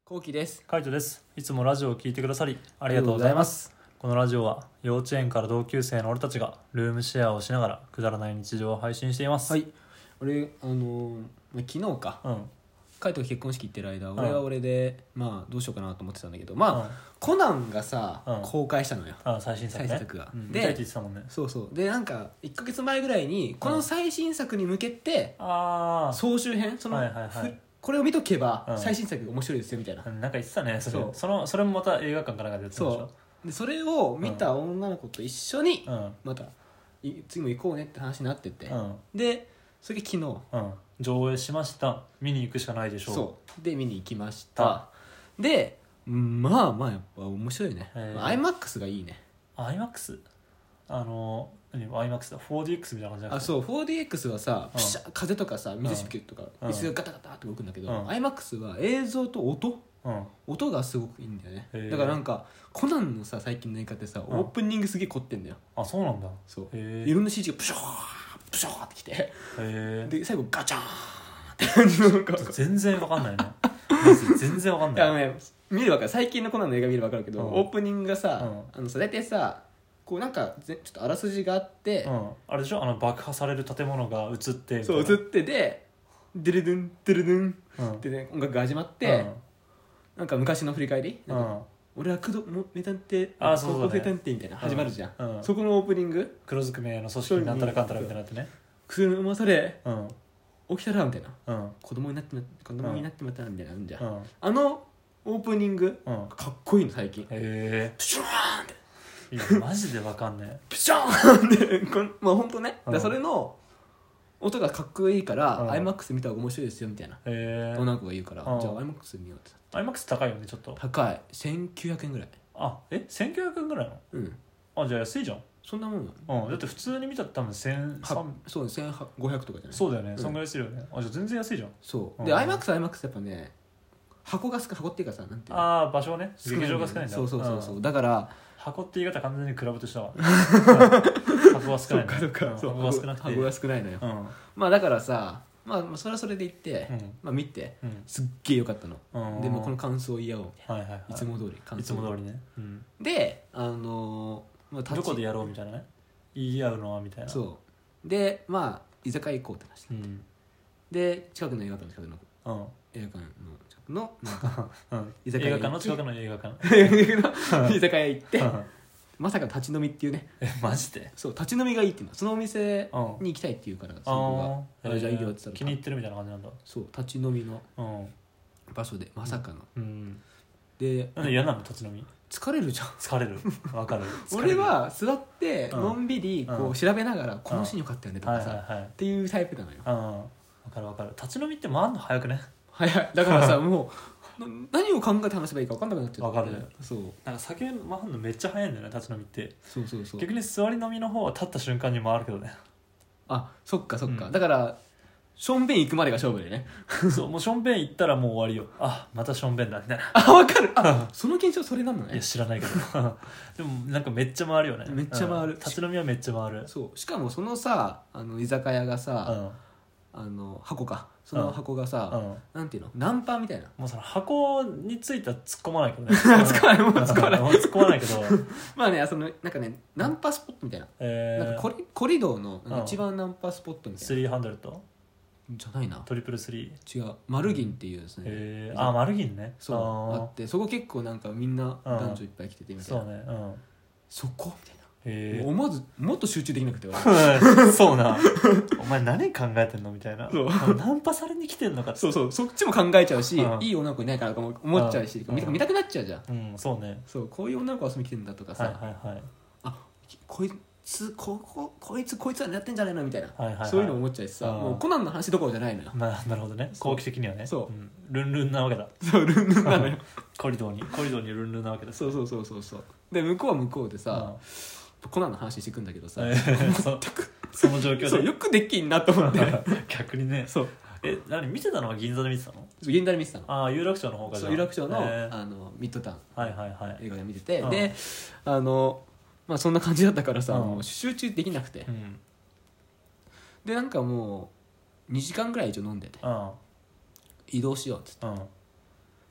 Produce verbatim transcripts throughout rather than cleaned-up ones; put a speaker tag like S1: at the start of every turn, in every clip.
S1: こうきです。
S2: カイトです。いつもラジオを聞いてくださりありがとうございます。このラジオは幼稚園から同級生の俺たちがルームシェアをしながらくだらない日常を配信しています。
S1: はい。俺あのーまあ昨日か、
S2: うん
S1: カイトが結婚式行ってる間、
S2: ん
S1: 俺は俺でまあどうしようかなと思ってたんだけど、まあ、
S2: うん
S1: コナンがさ、
S2: うん
S1: 公開したのよ。
S2: あ最新作ね
S1: 最新作が
S2: うん、
S1: で
S2: 見たいって言ってたもんね。
S1: そうそうでなんかいっかげつまえぐらいにこの最新作に向けて
S2: あ
S1: 総集編その、
S2: はいはいはい
S1: ふこれを見とけば
S2: うん
S1: 最新作面白いですよみたいな、
S2: あなんか言ってたね。それ
S1: そう
S2: そのそれもまた映画館かなんかでやってたんでしょ。
S1: でそれを見た女の子と一緒に
S2: うん
S1: またい次も行こうねって話になってて、
S2: うん
S1: でそれが昨日
S2: うん上映しました。見に行くしかないでしょう。
S1: そうで見に行きましたでまあまあやっぱ面白いね、
S2: へー
S1: まあ、アイマックス がいいね。
S2: アイマックスあの何 アイマックス だ フォーディーエックス みたいな感じじゃなくて
S1: あそう フォーディーエックス はさ、
S2: うん
S1: ピシャ風とかさ水しぶきとか、
S2: うん
S1: 椅子がガタガタって動くんだけど、
S2: うん
S1: アイマックス は映像と音
S2: うん
S1: 音がすごくいいんだよね。
S2: へー
S1: だからなんかコナンのさ最近の映画ってさ、
S2: うん
S1: オープニングすげえ凝ってんだよ。
S2: あそうなんだ。
S1: そう
S2: へ
S1: いろんな シージー がプショープショーってきて
S2: え
S1: で最後ガチャーンって感じのなんか
S2: 全然わかんないね。マジで全然わかんない。
S1: いやあのね見るわかる最近のコナンの映画見るわかるけど、
S2: うん
S1: オープニングがさ、
S2: う
S1: あのさ大体さこうなんかぜちょっとあらすじがあって、
S2: うん、あれでしょあの爆破される建物が映ってみたいな
S1: そう映ってでデレドゥンデレドゥン
S2: うん
S1: ってね音楽が始まって、なんか昔の振り返り、なんか
S2: うんうん、
S1: 俺は工藤も名探偵
S2: あそうそうね
S1: 高校生探偵みたいな始まるじゃん、
S2: うんうん
S1: そこのオープニング
S2: 黒ずくめの組織になんたらかんたらみたいになってね。
S1: 薬飲まされ
S2: うん
S1: 起きたらみたいな
S2: うん
S1: 子供になってま子供になってまったみたいなのあるじゃん、
S2: うん
S1: あのオープニング
S2: うん
S1: かっこいいの最近
S2: へ
S1: プシューンって
S2: えいやマジでわかんね
S1: プシューンってこんまあ本当ね、
S2: うん
S1: だからそれの音がかっこいいから、
S2: うん
S1: アイマックス 見た方が面白いですよみたいな
S2: えへえ
S1: 女の子が言うから、
S2: うん
S1: じゃあ アイマックス 見ようって
S2: アイマックス高いよねちょっと。
S1: 高いせんきゅうひゃくえんぐらい。
S2: あえせんきゅうひゃくえんぐらいな
S1: うん
S2: の。あじゃあ安いじゃん。
S1: そんなもんなの。
S2: うんだって普通に見たら多分せんさん
S1: はそうせんごひゃくとかじゃない。
S2: そうだよね、
S1: ん
S2: そんぐらいするよね。あじゃあ全然安いじゃん。
S1: そうで
S2: うん
S1: アイマックス アイマックス やっぱね箱が少箱っていうかさなんていうの
S2: ああ場所ね
S1: 少ないんだよね
S2: 劇場が少ないんだ。
S1: そうそうそうそう、
S2: ん
S1: だから
S2: 箱って言い方完全にクラブとしたわ。箱は少ないね。
S1: そうかそうか、
S2: ん
S1: そう
S2: 箱が少なくて。
S1: 箱が少ないのよ、
S2: うん
S1: まあだからさまあまあそれはそれで言って、
S2: うん
S1: まあ見て
S2: うん
S1: すっげえ良かったの、
S2: うん
S1: でもこの感想を言い合おうみたい
S2: はいはいはい
S1: な、いつも通り感想
S2: いつも通りね、うん、
S1: であのーまあ、立ち
S2: どこでやろうみたいなね言い合うのはみたいな
S1: そうでまあ居酒屋行こうって話
S2: う、ん
S1: で近くの映画館の近くの
S2: うん
S1: 映画館の近くのなんか
S2: うん、
S1: 居酒屋
S2: 映画館の近くの映画館
S1: 居酒屋行って
S2: うん
S1: まさか立ち飲みっていうね
S2: えマジで
S1: そう立ち飲みがいいっていうのそのお店
S2: うん
S1: に行きたいっていうからその子
S2: あ
S1: があじゃあいいよって言ったら
S2: 気に入ってるみたいな感じなんだ
S1: そう立ち飲みの
S2: うん
S1: 場所でまさかの、
S2: うん
S1: で
S2: なんで嫌なの立ち飲み
S1: 疲れるじゃん
S2: 疲れるわかる疲れる
S1: 俺は座って
S2: うん
S1: のんびりこ
S2: うん
S1: う調べながらこのシーンよかったよねと
S2: はい
S1: かさ
S2: はいはい
S1: っていうタイプなのよ
S2: うんわかるわかる立ち飲みって回るの早くね
S1: 早いだからさもうな何を考えて話せばいいか分かんなくなっちゃう
S2: わかる
S1: そう
S2: なんか酒回るのめっちゃ早いんだよね立ち飲みって
S1: そうそうそう
S2: 逆に座り飲みの方は立った瞬間に回るけどね
S1: あそっかそっか、
S2: うん
S1: だからションベン行くまでが勝負でね
S2: そうもうションベン行ったらもう終わりよあまたションベンだみたいな
S1: あ分かるあその現象それなの
S2: いや
S1: ね
S2: 知らないけどでもなんかめっちゃ回るよね
S1: めっちゃ回る
S2: うん立ち飲みはめっちゃ回る
S1: そうしかもそのさあの居酒屋が
S2: う
S1: さ、
S2: ん
S1: あの箱かその箱がさ、
S2: うん
S1: なんていうのナンパみたいな
S2: もうその箱については突っ込まないけどね
S1: 突っ込まないもう突っ込まない
S2: もう突っ込まないけど
S1: まあねそのなんかねナンパスポットみたいな、
S2: えー
S1: なんかコリコリドーの
S2: うん
S1: 一番ナンパスポットみたいな、
S2: スリーハンドレット
S1: じゃないな
S2: トリプルスリー
S1: 違うマルギンっていうですね、
S2: えー、あマルギンね
S1: そうあ
S2: あ
S1: ってそこ結構なんかみんな
S2: うん
S1: 男女いっぱい来ててみたいな、
S2: そうねうん
S1: そこみたいな、
S2: へ
S1: もう思わずもっと集中できなくて俺
S2: えそうなお前何考えてんのみたいな
S1: そう
S2: ナンパされに来てんのかって
S1: そうそうそっちも考えちゃうし、
S2: うん
S1: いい女の子いないからとかも思っちゃうし、
S2: うん
S1: 見た見たくなっちゃうじゃん、
S2: うんそうね
S1: そうこういう女の子遊びに来てんだとかさ、
S2: はいはいはい
S1: あこいつこここいつこいつは狙ってんじゃないのみたいな、
S2: はいはいはい
S1: そういうの思っちゃうしさ、
S2: うん
S1: もうコナンの話どころじゃないのよ
S2: まあなるほどね
S1: そう
S2: 後期的にはね
S1: そうん
S2: ルンルンなわけだ
S1: そうルンルンなのよ
S2: コリドーにコリドーにルンルンなわけです
S1: そうそうそうそうそうで向こうは向こうでさ、
S2: う
S1: コナンの話してくんだけどさ、
S2: んえーそその状況で
S1: そうよくできんなと思って
S2: 逆にね
S1: そう
S2: え何見てたのは銀座で見てたの
S1: 現代で見てたの
S2: ああ有楽町の方かじゃあ
S1: そう有楽町の,、
S2: えー
S1: あのミッドタウン
S2: はいはいはい
S1: 映画で見てて、
S2: うん
S1: であのまあそんな感じだったからさ、
S2: うん
S1: もう集中できなくて、
S2: うん
S1: でなんかもうにじかんぐらい一応飲んでて
S2: うん
S1: 移動しようっつって
S2: うん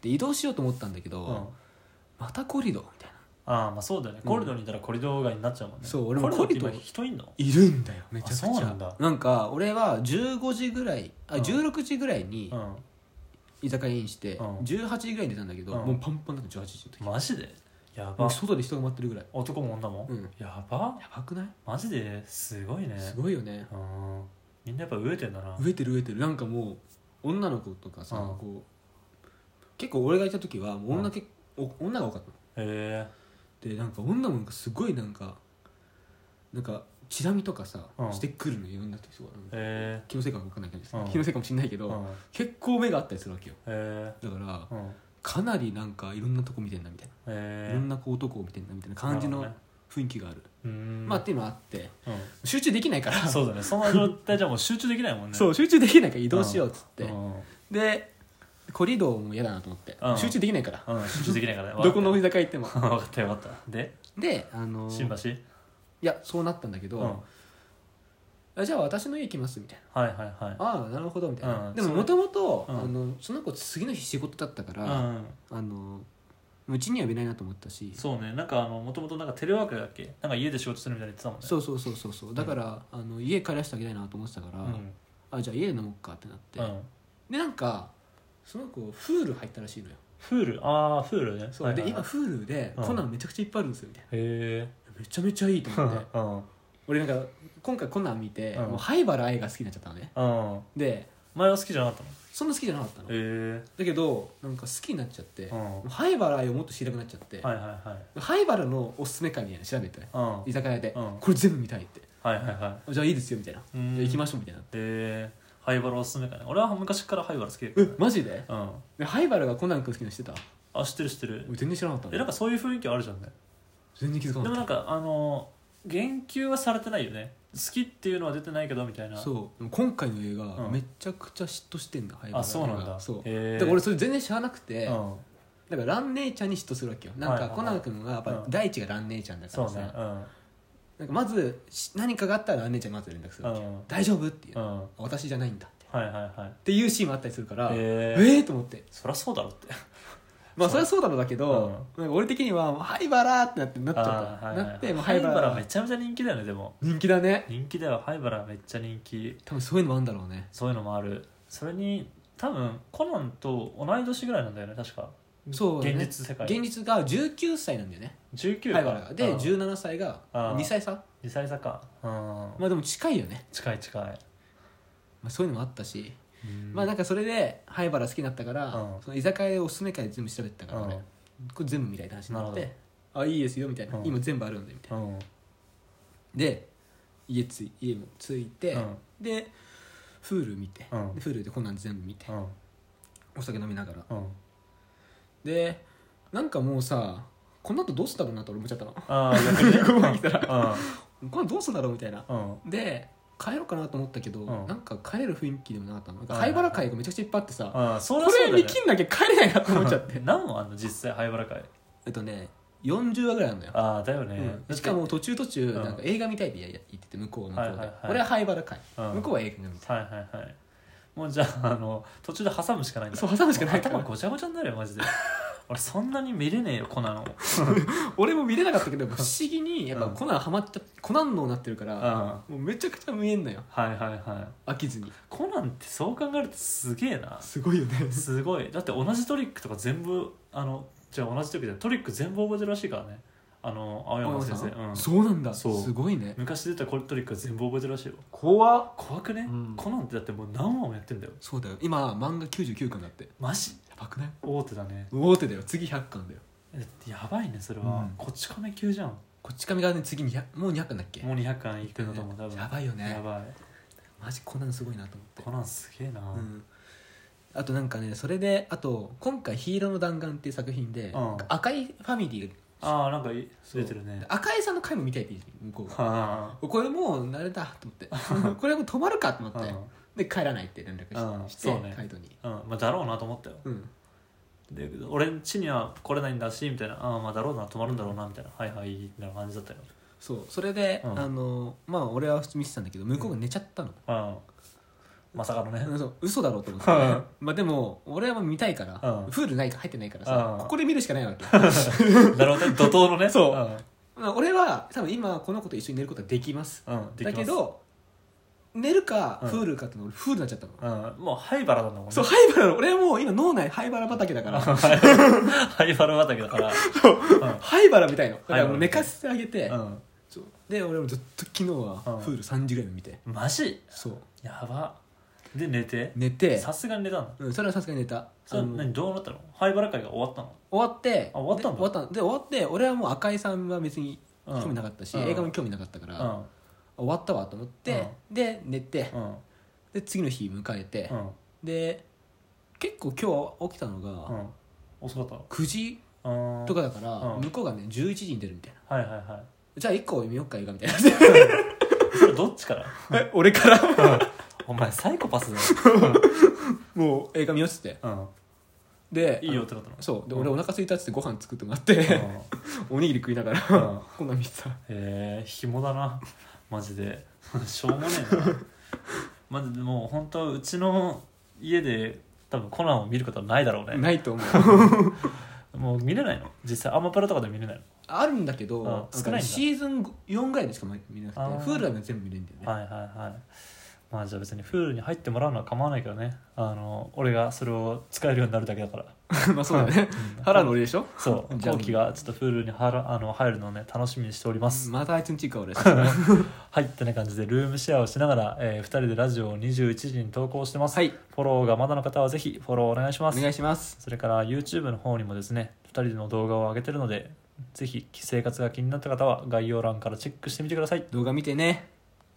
S1: で移動しようと思ったんだけど、
S2: うん、
S1: またコリドーみたいな。
S2: ああまあそうだよね、コリドーにいたらコリドー街になっちゃうもんね。
S1: そう俺もコリドー
S2: って今人いんの？
S1: いるんだよめちゃくちゃ。
S2: あそうなんだ。
S1: なんか俺はじゅうごじぐらいあ、
S2: うん、
S1: じゅうろくじぐらいに
S2: うん
S1: 居酒屋インして、
S2: うん、
S1: じゅうはちじぐらいに出たんだけど、
S2: うん、
S1: もうパンパンだったじゅうはちじの時。
S2: マジでやば。
S1: もう外で人が待ってるぐらい。
S2: 男も女も、
S1: うん、
S2: やば
S1: やばくない？
S2: マジですごいね。
S1: すごいよね。
S2: うんみんなやっぱ飢えてんだな。
S1: 飢えてる飢えてる。なんかもう女の子とかさ、
S2: うん、
S1: こう結構俺がいた時はもう女,、けお女が多かったの。
S2: へ
S1: えでなんか女もなんかすごいなんかなんかチラ見とかさ、
S2: うん、
S1: してくるのいろんな人が。
S2: え
S1: 気のせいか分かんないけど、
S2: うん、
S1: 気のせいかもしれないけど、
S2: うん、
S1: 結構目があったりするわけよ。
S2: へ
S1: だから、
S2: うん、
S1: かなりなんかいろんなとこ見てんなみたいな、
S2: へ
S1: いろんなこう男を見てんなみたいな感じの雰囲気がある。
S2: うん、
S1: まあっていうのはあって、
S2: うん、
S1: 集中できないから
S2: そうだね、その状態じゃもう集中できないもんね。
S1: そう集中できないから移動しようっつって、
S2: うん、
S1: でコリドーも嫌だなと思って、うん、集中できないから、
S2: うん、集中できないからね
S1: どこの居酒屋行っても
S2: 分かったよかった。で
S1: で、あのー、
S2: 新橋
S1: いやそうなったんだけど、うん、あじゃあ私の家来ますみたいな、
S2: はいはいはい、
S1: ああなるほどみたいな、うん、でももともとその子次の日仕事だったから、うん、あのうちには呼べないなと思ったし。
S2: そうね、なんかあのもともとなんかテレワークだっけ、なんか家で仕事するみたいな言ってたもんね。
S1: そうそうそうそうそうだから、うん、あの家帰らせてあげたいなと思ってたから、うん、あじゃあ家で飲もうかってなって、うん、でなんかその子フール入ったらしいのよ。
S2: フールああフールね。
S1: そう、はいはいはい、で今フールでコナンめちゃくちゃいっぱいあるんですよみたいな、
S2: うん、へえ
S1: めちゃめちゃいいと思って、うん、俺なんか今回コナン見て、うん、もう灰原哀が好きになっちゃったのね、うん、で
S2: 前は好きじゃなかったの？
S1: そんな好きじゃなかったの。
S2: へ
S1: だけどなんか好きになっちゃって、うん、灰原哀をもっと知りたくなっちゃって、
S2: はいはいはい、
S1: 灰原のおすすめ会みたいなの調べて、うん、居酒屋で、うん、これ全部見たいって、
S2: はいはいはい、
S1: じゃあいいですよみたいな、じゃあ行きましょうみたいな。へ
S2: え灰原おすすめ会ね。俺は昔から灰原好きだけ
S1: ど。えマジで？
S2: うん、
S1: で灰原がコナン君好きなの知ってた？
S2: あ知ってる知ってる。
S1: 全然知らなかった。
S2: えなんかそういう雰囲気あるじゃんね。
S1: 全然気づかなかった。
S2: でもなんかあの言及はされてないよね。好きっていうのは出てないけどみたいな。
S1: そう今回の映画、うん、めちゃくちゃ嫉妬してんだ。
S2: あそうなんだ。
S1: そうだから俺それ全然知らなくて、うん、だから蘭姉ちゃんに嫉妬するわけよ。なんかコナン君はやっぱ第一が蘭姉ちゃんだからさ、うん、そうね、うん、なんかまず何かがあったら蘭姉ちゃんにまず連絡するわけよ、うん、大丈夫っていう、うん、私じゃないんだって、はいはいはい、っていうシーンもあったりするから、えー、えーと思って。
S2: そりゃそうだろって
S1: まあそれはそうだろうだけど、うん、なんか俺的には灰原ってなってなっちゃった、はいはい、なってもう
S2: 灰原めちゃめちゃ人気だよね。でも
S1: 人気だね。
S2: 人気だよ灰原めっちゃ人気。
S1: 多分そういうのもあるんだろうね。
S2: そういうのもある。それに多分コナンと同い年ぐらいなんだよね確か。
S1: そう、ね、
S2: 現実世界
S1: 現実がじゅうきゅうさいなんだよね。
S2: じゅうきゅう
S1: 灰原がで、うん、じゅうななさいがにさい差
S2: にさい差か、うん、
S1: まあでも近いよね。
S2: 近い近い、ま
S1: あ、そういうのもあったし、まあなんかそれで灰原好きになったから、うん、その居酒屋でおすすめ会全部調べてたから俺、うん、これ全部みたいな話になってあいいですよみたいな、うん、今全部あるんでみたいな、うん、で家つい家も着いて、うん、でフール見て、うん、でフールでこんなん全部見て、うん、お酒飲みながら、うん、でなんかもうさこの後どうすんだろうなと俺思っちゃったの。ああ逆にここに来たらこれどうすんだろうみたいな、うん、で帰ろうかなと思ったけど、うん、なんか帰れる雰囲気でもなかったの。なんか灰原会がめちゃくちゃいっぱいあってさ、あそこれ見切んなきゃ帰れないなと思っちゃって
S2: 何もあんの実際灰原会。
S1: えっとねよんじゅうわぐらいあるのよ。
S2: ああだよね、
S1: うん、しかも途中途中なんか映画見たいって言ってて向こうは向こうで、はいはいはい、俺は灰原会、うん、向こうは映画見たい、はいはいはい、
S2: もうじゃあ、あの途中で挟むしかないんだ。
S1: そう挟むしかないから
S2: 頭ごちゃごちゃになるよマジで俺そんなに見れねえよコナンを
S1: 俺も見れなかったけど不思議にやっぱコナンハマっちゃコナン脳になってるから、うん、もうめちゃくちゃ見えんのよ。
S2: はいはいはい
S1: 飽きずに。
S2: コナンってそう考えるとすげえな。
S1: すごいよね
S2: すごい。だって同じトリックとか全部あのじゃあ同じトリックでトリック全部覚えてるらしいからね。あの青山先生、うん、
S1: そうなんだ。そうすごいね。
S2: 昔出たトリック全部覚えてるらしいよ。
S1: 怖っ
S2: 怖くね、うん、コナンってだってもう何話もやってんだよ。
S1: そうだよ今漫画きゅうじゅうきゅうかんだって。
S2: マジ
S1: やばくない？
S2: 大手だね。
S1: 大手だよ。次ひゃっかんだよ。
S2: やばいねそれは、うん、こっち亀級じゃん。
S1: こっち亀がね次にひゃくもうにひゃっかんだっけ。
S2: もうにひゃっかんいくのと思う多分。
S1: やばいよね。
S2: やばい
S1: マジコナンすごいなと思って。
S2: コナンすげえな、うん、
S1: あとなんかねそれであと今回ヒーローの弾丸っていう作品で、うん、赤いファミリーが
S2: ああなんか出てるね。
S1: 赤井さんの回も見たいって向こうがこれもう慣れたと思ってこれもう止まるかと思って、うん、で帰らないって連絡して、うん、して、ね、カイトに、
S2: うんまあ、だろうなと思ったよ、うん、で俺ん家には来れないんだしみたいなああまあだろうな止まるんだろうなみたいな、うん、はいはいみたいな感じだったよ。
S1: そうそれで、うん、あのまあ俺は普通見てたんだけど向こうが寝ちゃったの、
S2: うん、 まさかのね
S1: うんそう嘘だろうと思って、
S2: うん
S1: まあでも俺は見たいから、
S2: うん
S1: フールないか入ってないからさ、
S2: うん
S1: ここで見るしかないわけ
S2: なるほどね怒涛のね
S1: そうまあ俺は多分今この子と一緒に寝ることはできます
S2: うん、うん、できます
S1: だけど寝るか
S2: うん
S1: フールかっての俺フールになっちゃったの、
S2: うん、もう灰原なんだもんね
S1: そう灰原の俺はもう今脳内灰原畑だから
S2: 灰原畑だから
S1: そう、
S2: うん、
S1: 灰原みたいのだからもう
S2: 灰原
S1: 寝かせてあげて、
S2: うん
S1: そうで俺もずっと昨日はフールさんじぐらいまで見て、
S2: マジ
S1: そう
S2: やばで寝て
S1: 寝て
S2: さすがに寝たの
S1: うん、それはさすがに寝た
S2: それ
S1: あの
S2: 何どうなったの灰原会が終わったの
S1: 終わって
S2: あ終わったんだ
S1: で終わったので終わって俺はもう赤井さんは別に
S2: うん
S1: 興味なかったし、
S2: うん
S1: 映画も興味なかったから、
S2: うん
S1: 終わったわと思って、で寝て、
S2: うん
S1: で次の日迎えて、
S2: うん
S1: で結構今日起きたのが
S2: うん遅かったの
S1: くじ
S2: うん
S1: とかだから、
S2: うん
S1: 向こうがねじゅういちじに出るみたいな、
S2: はいはいはい
S1: じゃあいっこ見よっか映画みたいな
S2: それどっちから
S1: え俺から
S2: お前サイコパスだよ
S1: もう映画見よっつって
S2: うん
S1: で
S2: いいよってなったの
S1: そうで、
S2: うん
S1: 俺お腹空いたっつってご飯作ってもらって、おにぎり食いながら、
S2: うん
S1: こんなん見てた
S2: へえ紐だなマジでしょうもねえなマジでもう本当うちの家で多分コナンを見ることはないだろうね
S1: ないと思う
S2: もう見れないの実際アマプラとかで見れない
S1: あるんだけど、
S2: うん
S1: なんか
S2: 少ないんだ
S1: シーズンよんぐらいでしか見れなくて
S2: あー
S1: フールは全部見れるんだよね、
S2: のはいはいはいまあじゃあ別にフールに入ってもらうのは構わないけどねあの俺がそれを使えるようになるだけだから
S1: まあそうだね腹の俺でしょ
S2: そう
S1: じゃあ
S2: 後期がちょっとフールにはらあの入るのをね楽しみにしております、
S1: またあいつんち行くか
S2: はいってな感じでルームシェアをしながら、えー、ふたりでラジオをにじゅういちじに投稿してます、
S1: 俺はい
S2: フォローがまだの方はぜひフォローお願いします
S1: お願いします
S2: それから YouTube の方にもですねふたりの動画を上げてるのでぜひ生活が気になった方は概要欄からチェックしてみてください
S1: 動画見てね